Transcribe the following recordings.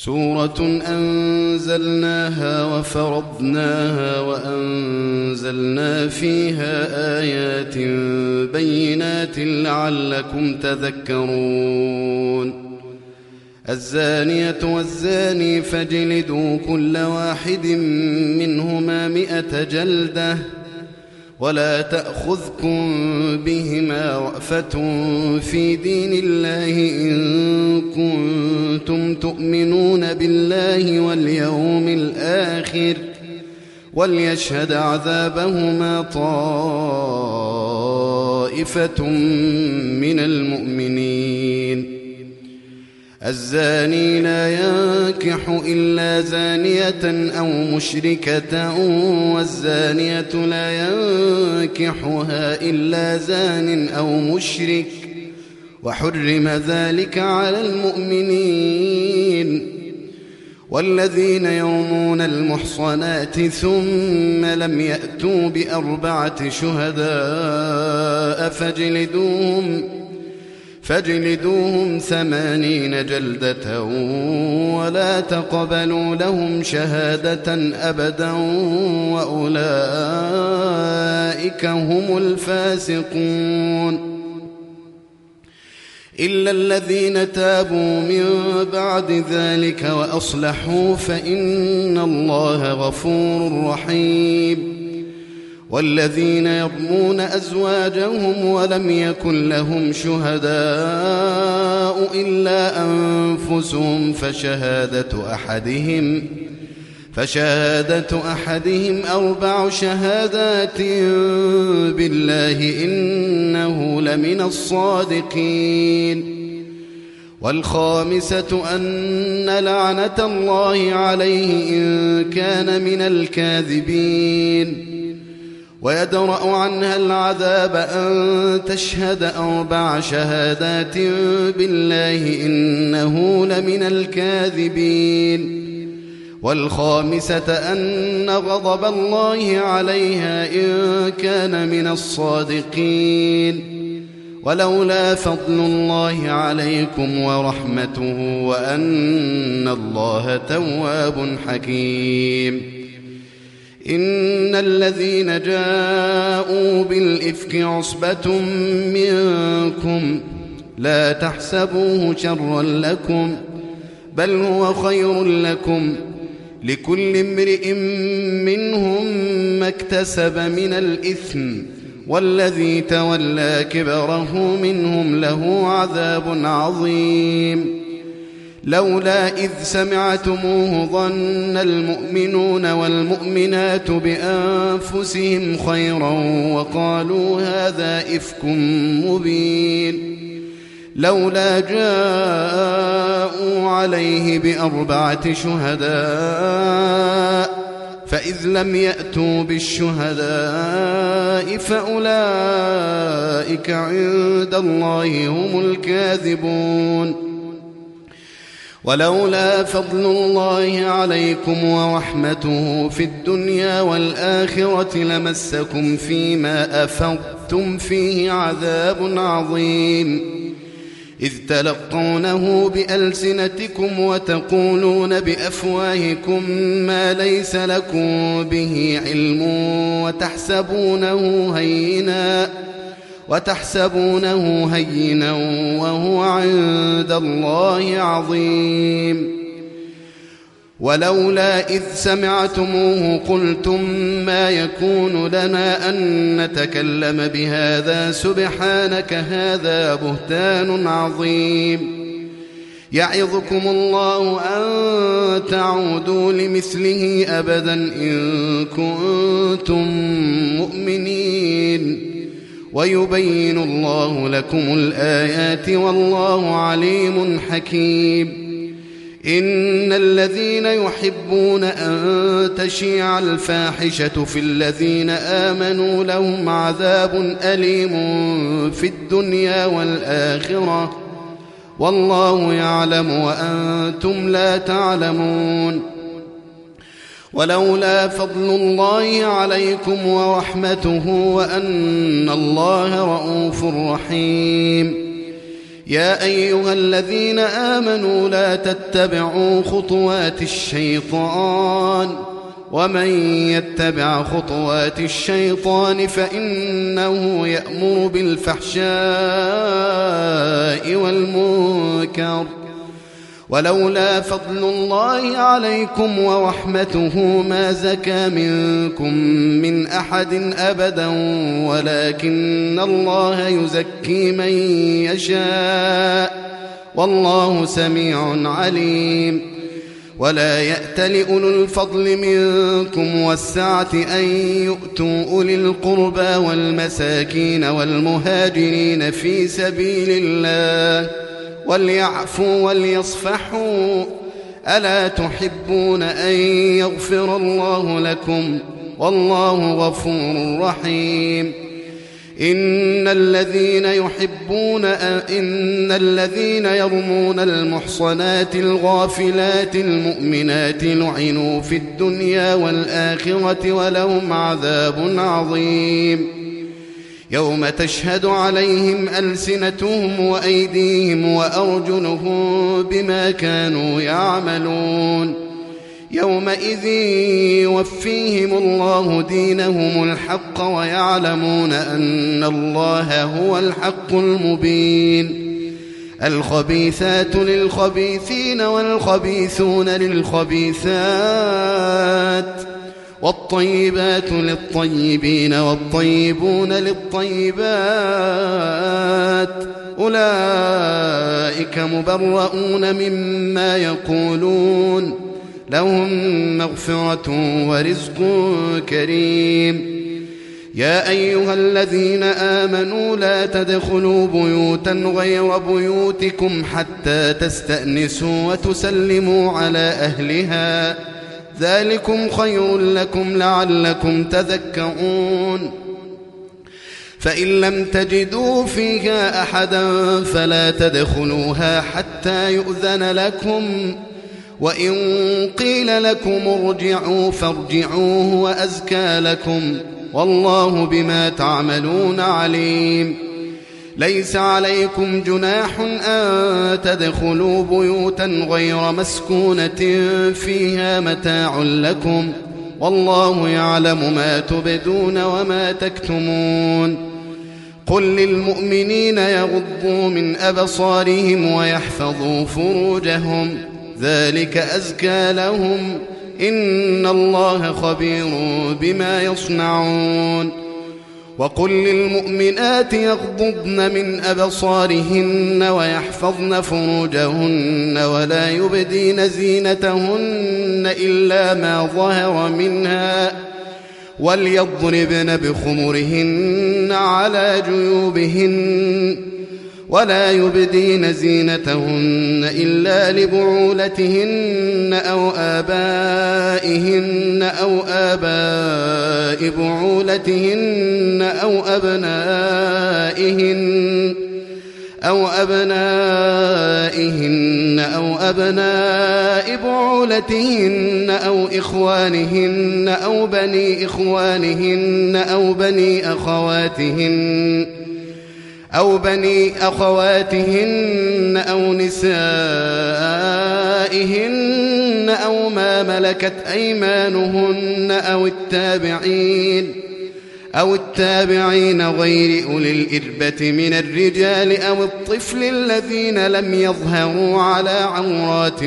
سورة أنزلناها وفرضناها وأنزلنا فيها آيات بينات لعلكم تذكرون. الزانية والزاني فاجلدوا كل واحد منهما 100 جلدة ولا تأخذكم بهما رأفة في دين الله إن كنتم تؤمنون بالله واليوم الآخر وليشهد عذابهما طائفة من المؤمنين. الزاني لا ينكح إلا زانية أو مشركة والزانية لا ينكحها إلا زان أو مشرك وحرم ذلك على المؤمنين. والذين يرمون المحصنات ثم لم يأتوا ب4 شهداء فاجلدوهم 80 جلدة ولا تقبلوا لهم شهادة أبدا وأولئك هم الفاسقون. إلا الذين تابوا من بعد ذلك وأصلحوا فإن الله غفور رحيم. والذين يرمون أزواجهم ولم يكن لهم شهداء إلا أنفسهم فشهادة أحدهم 4 شهادات بالله إنه لمن الصادقين. والخامسة أن لعنة الله عليه إن كان من الكاذبين. ويدرأ عنها العذاب أن تشهد 4 شهادات بالله إنه لمن الكاذبين. والخامسة أن غضب الله عليها إن كان من الصادقين. ولولا فضل الله عليكم ورحمته وأن الله تواب حكيم. إن الذين جاءوا بالإفك عصبة منكم لا تحسبوه شرا لكم بل هو خير لكم لكل امرئ منهم ما اكتسب من الإثم والذي تولى كبره منهم له عذاب عظيم. لولا إذ سمعتموه ظن المؤمنون والمؤمنات بأنفسهم خيرا وقالوا هذا إفك مبين. لولا جاءوا عليه ب4 شهداء فإذ لم يأتوا بالشهداء فأولئك عند الله هم الكاذبون. ولولا فضل الله عليكم ورحمته في الدنيا والآخرة لمسكم فيما أفضتم فيه عذاب عظيم. إذ تلقونه بألسنتكم وتقولون بأفواهكم ما ليس لكم به علم وتحسبونه هينا وهو عند الله عظيم. ولولا إذ سمعتموه قلتم ما يكون لنا أن نتكلم بهذا سبحانك هذا بهتان عظيم. يعظكم الله أن تعودوا لمثله أبدا إن كنتم مؤمنين. ويبين الله لكم الآيات والله عليم حكيم. إن الذين يحبون أن تشيع الفاحشة في الذين آمنوا لهم عذاب أليم في الدنيا والآخرة والله يعلم وأنتم لا تعلمون. ولولا فضل الله عليكم ورحمته وأن الله رؤوف رحيم. يا أيها الذين آمنوا لا تتبعوا خطوات الشيطان ومن يتبع خطوات الشيطان فإنه يأمر بالفحشاء والمنكر ولولا فضل الله عليكم ورحمته ما زكى منكم من أحد أبدا ولكن الله يزكي من يشاء والله سميع عليم ولا يأتل أولو الفضل منكم والسعة أن يؤتوا أولي القربى والمساكين والمهاجرين في سبيل الله وليعفوا وليصفحوا ألا تحبون أن يغفر الله لكم والله غفور رحيم إن الذين يرمون المحصنات الغافلات المؤمنات لعنوا في الدنيا والآخرة ولهم عذاب عظيم يوم تشهد عليهم ألسنتهم وأيديهم وأرجلهم بما كانوا يعملون يومئذ يوفيهم الله دينهم الحق ويعلمون أن الله هو الحق المبين الخبيثات للخبيثين والخبيثون للخبيثات والطيبات للطيبين والطيبون للطيبات أولئك مبرؤون مما يقولون لهم مغفرة ورزق كريم يا أيها الذين آمنوا لا تدخلوا بيوتا غير بيوتكم حتى تستأنسوا وتسلموا على أهلها ذلكم خير لكم لعلكم تذكرون فإن لم تجدوا فيها أحدا فلا تدخلوها حتى يؤذن لكم وإن قيل لكم ارجعوا فارجعوا هو أزكى لكم والله بما تعملون عليم ليس عليكم جناح أن تدخلوا بيوتا غير مسكونة فيها متاع لكم والله يعلم ما تبدون وما تكتمون قل للمؤمنين يغضوا من أبصارهم ويحفظوا فروجهم ذلك أزكى لهم إن الله خبير بما يصنعون وقل للمؤمنات يغضضن من أبصارهن ويحفظن فروجهن ولا يبدين زينتهن إلا ما ظهر منها وليضربن بخمرهن على جيوبهن ولا يبدين زينتهن إلا لبعولتهن أو آبائهن أو آباء بعولتهن أو أبنائهن أو أبناء بعولتهن أو إخوانهن أو بني إخوانهن أو بني أخواتهن أو نسائهن أو ما ملكت أيمانهن أو التابعين غير أولي الإربة من الرجال أو الطفل الذين لم يظهروا على عورات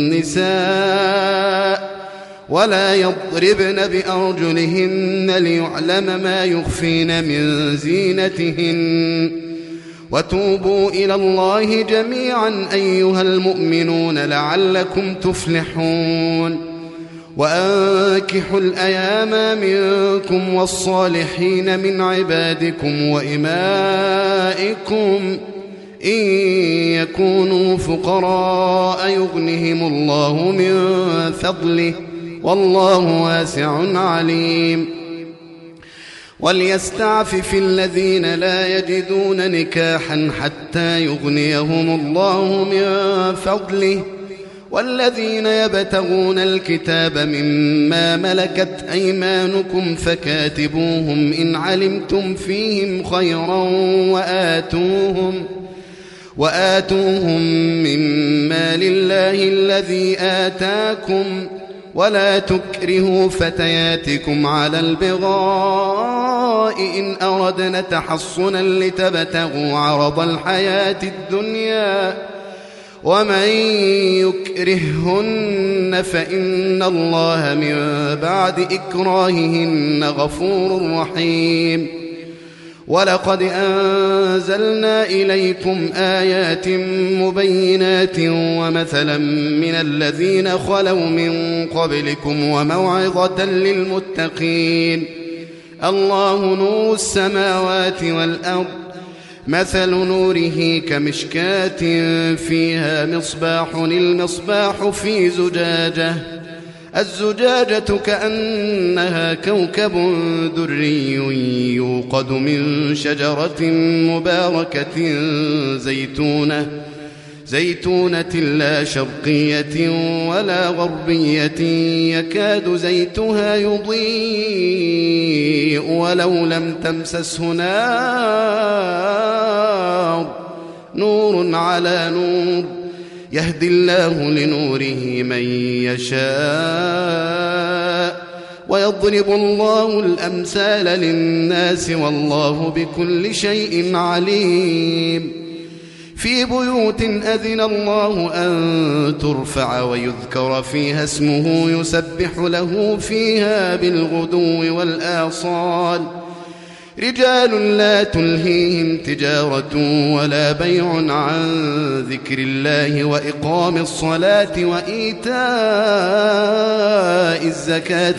النساء ولا يضربن بأرجلهن ليعلم ما يخفين من زينتهن وتوبوا إلى الله جميعا أيها المؤمنون لعلكم تفلحون وأنكحوا الأيام منكم والصالحين من عبادكم وإمائكم إن يكونوا فقراء يغنهم الله من فضله والله واسع عليم وليستعفف الذين لا يجدون نكاحا حتى يغنيهم الله من فضله والذين يبتغون الكتاب مما ملكت أيمانكم فكاتبوهم إن علمتم فيهم خيرا وآتوهم من مال الله الذي آتاكم ولا تكرهوا فتياتكم على البغاء إن أردنا تحصنا لتبتغوا عرض الحياة الدنيا ومن يكرههن فإن الله من بعد إكراههن غفور رحيم. ولقد أنزلنا إليكم آيات مبينات ومثلا من الذين خلوا من قبلكم وموعظة للمتقين. الله نور السماوات والأرض مثل نوره كمشكاة فيها مصباح المصباح في زجاجة الزجاجة كأنها كوكب دري يوقد من شجرة مباركة زيتونة لا شرقية ولا غربية يكاد زيتها يضيء ولو لم تمسسه نار نور على نور يهدي الله لنوره من يشاء ويضرب الله الأمثال للناس والله بكل شيء عليم. في بيوت أذن الله أن ترفع ويذكر فيها اسمه يسبح له فيها بالغدو والآصال رجال لا تلهيهم تجارة ولا بيع عن ذكر الله وإقام الصلاة وإيتاء الزكاة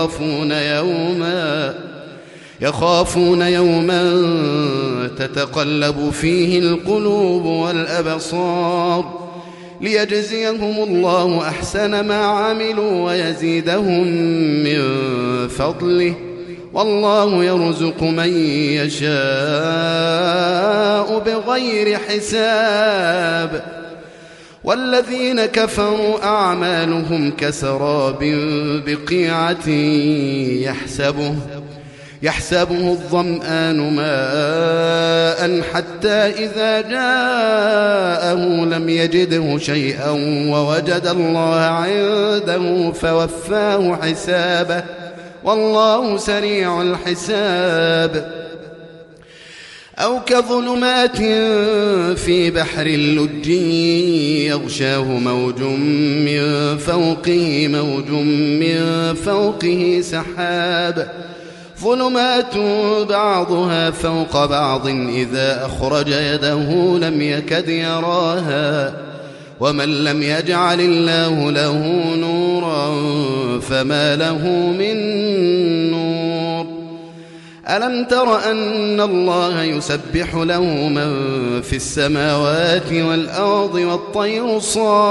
يخافون يوما تتقلب فيه القلوب والأبصار ليجزيهم الله أحسن ما عملوا ويزيدهم من فضله والله يرزق من يشاء بغير حساب. والذين كفروا أعمالهم كسراب بقيعة يحسبه الظمآن ماء حتى إذا جاءه لم يجده شيئا ووجد الله عنده فوفاه حسابه والله سريع الحساب. أو كظلمات في بحر اللج يغشاه موج من فوقه سحاب ظلمات بعضها فوق بعض إذا أخرج يده لم يكد يراها ومن لم يجعل الله له نورا فما له من نور. ألم تر أن الله يسبح له من في السماوات والأرض والطير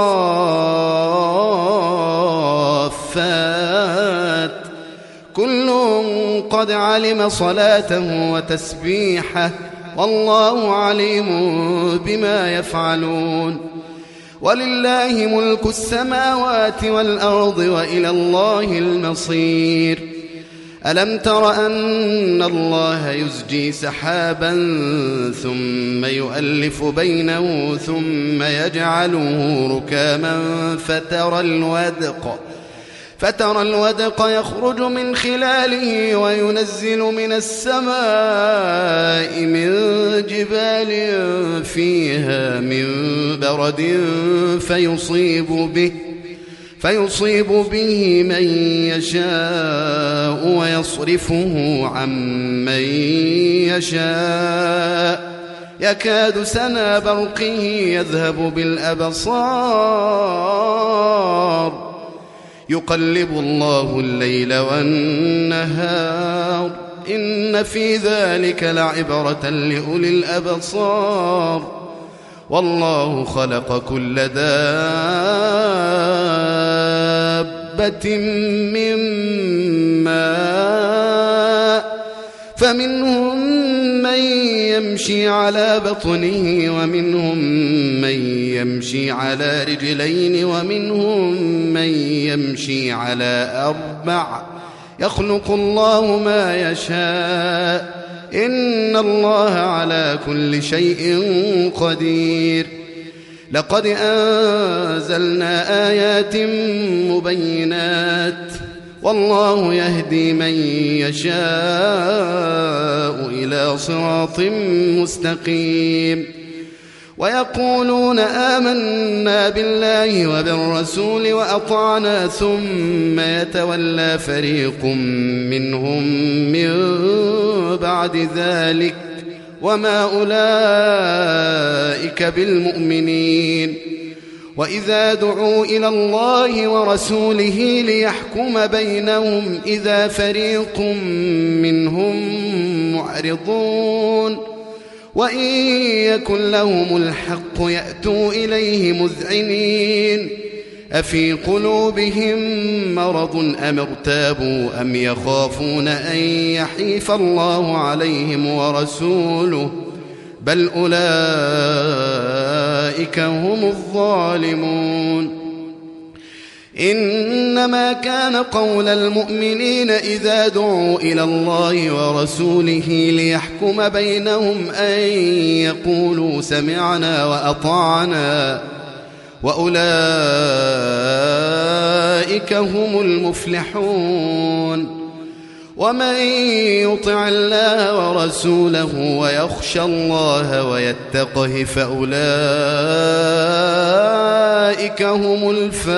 صافات كل قد علم صلاته وتسبيحه والله عليم بما يفعلون. ولله ملك السماوات والأرض وإلى الله المصير. ألم تر أن الله يزجي سحابا ثم يؤلف بينه ثم يجعله ركاما فترى الودق يخرج من خلاله وينزل من السماء من جبال فيها من برد فيصيب به من يشاء ويصرفه عن من يشاء يكاد سنا برقه يذهب بالأبصار يقلب الله الليل والنهار إن في ذلك لعبرة لأولي الأبصار. والله خلق كل دابة من ماء فمنهم من يمشي على بطنه ومنهم من يمشي على رجلين ومنهم من يمشي على 4 يخلق الله ما يشاء إن الله على كل شيء قدير. لقد أنزلنا آيات مبينات والله يهدي من يشاء إلى صراط مستقيم. ويقولون آمنا بالله وبالرسول وأطعنا ثم يتولى فريق منهم من بعد ذلك وما أولئك بالمؤمنين. وإذا دعوا إلى الله ورسوله ليحكم بينهم إذا فريق منهم معرضون وإن يكن لهم الحق يأتوا إليه مذعنين. أفي قلوبهم مرض أم ارتابوا أم يخافون أن يحيف الله عليهم ورسوله بل أولئك هم الظالمون. إنما كان قول المؤمنين إذا دعوا إلى الله ورسوله ليحكم بينهم أن يقولوا سمعنا وأطعنا وأولئك هم المفلحون. ومن يطع الله ورسوله ويخشى الله ويتقه فأولئك هم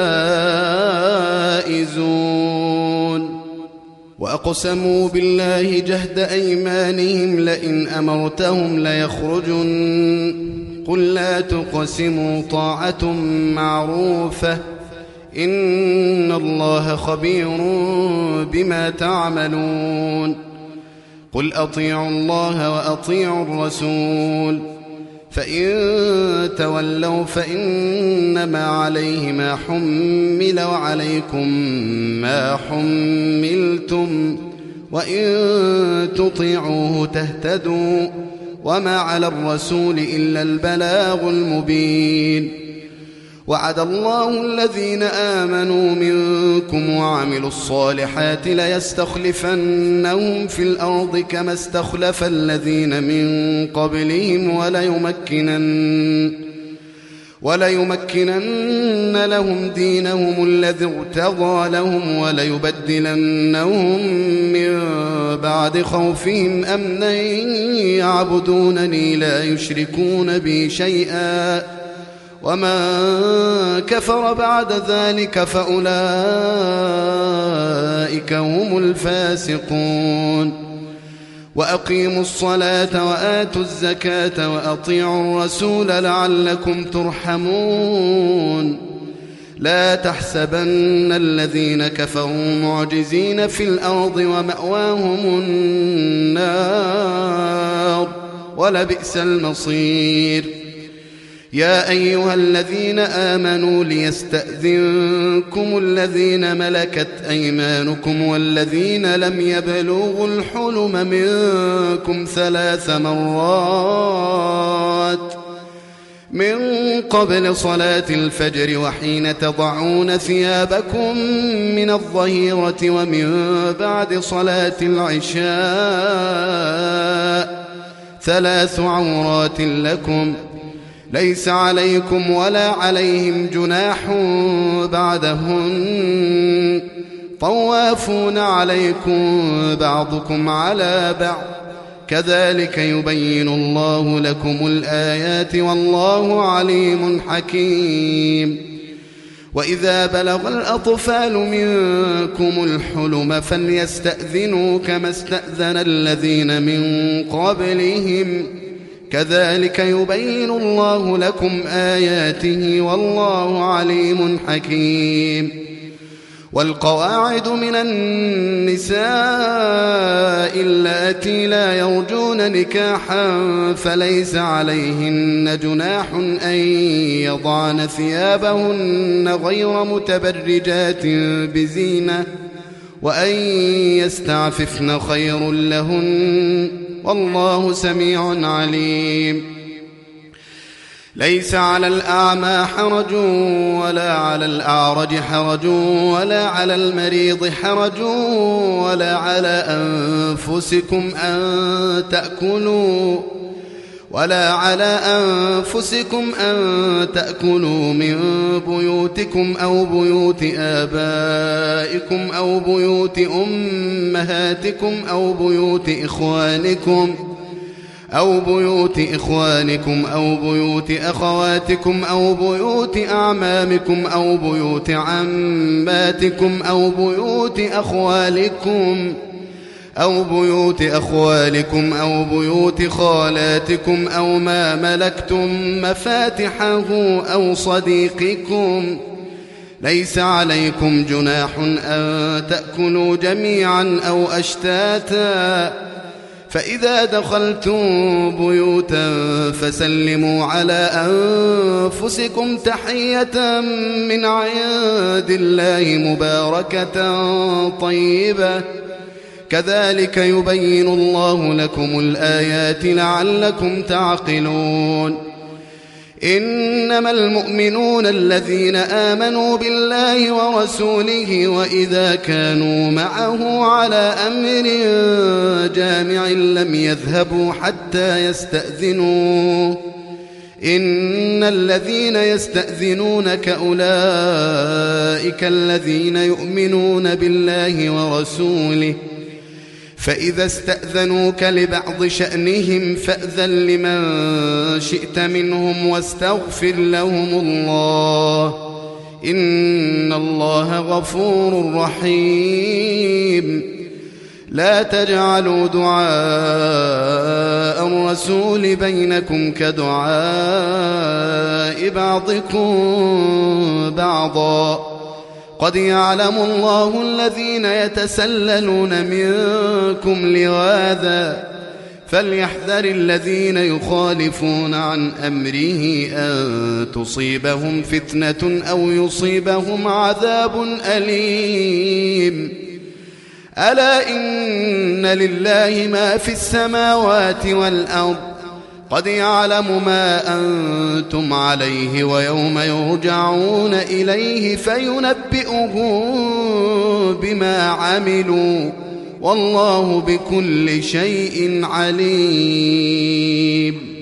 الفائزون. وأقسموا بالله جهد أيمانهم لئن أمرتهم ليخرجن قل لا تقسموا طاعة معروفة إن الله خبير بما تعملون. قل أطيعوا الله وأطيعوا الرسول فإن تولوا فإنما عليه ما حمل وعليكم ما حملتم وإن تطيعوه تهتدوا وما على الرسول إلا البلاغ المبين. وعد الله الذين آمنوا منكم وعملوا الصالحات ليستخلفنهم في الأرض كما استخلف الذين من قبلهم وليمكنن لهم دينهم الذي ارتضى لهم وليبدلنهم من بعد خوفهم أمنا يعبدونني لا يشركون بي شيئا ومن كفر بعد ذلك فأولئك هم الفاسقون. وأقيموا الصلاة وآتوا الزكاة وأطيعوا الرسول لعلكم ترحمون. لا تحسبن الذين كفروا معجزين في الأرض ومأواهم النار ولبئس المصير. يا أيها الذين آمنوا ليستأذنكم الذين ملكت أيمانكم والذين لم يبلغوا الحلم منكم 3 مرات من قبل صلاة الفجر وحين تضعون ثيابكم من الظهيرة ومن بعد صلاة العشاء 3 عورات لكم ليس عليكم ولا عليهم جناح بعدهن طوافون عليكم بعضكم على بعض كذلك يبين الله لكم الآيات والله عليم حكيم. وإذا بلغ الأطفال منكم الحلم فليستأذنوا كما استأذن الذين من قبلهم كذلك يبين الله لكم آياته والله عليم حكيم. والقواعد من النساء اللاتي لا يرجون نكاحا فليس عليهن جناح أن يضعن ثيابهن غير متبرجات بزينة وأن يستعففن خير لهن والله سميع عليم. ليس على الأعمى حرج ولا على الأعرج حرج ولا على المريض حرج ولا على أنفسكم أن تأكلوا من بيوتكم أو بيوت آبائكم أو بيوت أمهاتكم أو بيوت إخوانكم أو بيوت أخواتكم أو بيوت أعمامكم أو بيوت عماتكم أو بيوت أخوالكم أو بيوت خالاتكم أو ما ملكتم مفاتحه أو صديقكم. ليس عليكم جناح أن تأكلوا جميعا أو أشتاتا، فإذا دخلتم بيوتا فسلموا على أنفسكم تحية من عند الله مباركة طيبة، كذلك يبين الله لكم الآيات لعلكم تعقلون. إنما المؤمنون الذين آمنوا بالله ورسوله وإذا كانوا معه على أمر جامع لم يذهبوا حتى يستأذنوه. إن الذين يستأذنونك أولئك الذين يؤمنون بالله ورسوله، فإذا استأذنوك لبعض شأنهم فأذن لمن شئت منهم واستغفر لهم الله، إن الله غفور رحيم. لا تجعلوا دعاء الرسول بينكم كدعاء بعضكم بعضا، قد يعلم الله الذين يتسللون منكم لواذا، فليحذر الذين يخالفون عن أمره أن تصيبهم فتنة أو يصيبهم عذاب أليم. ألا إن لله ما في السماوات والأرض، قد يعلم ما أنتم عليه ويوم يرجعون إليه فينبئهم بما عملوا، والله بكل شيء عليم.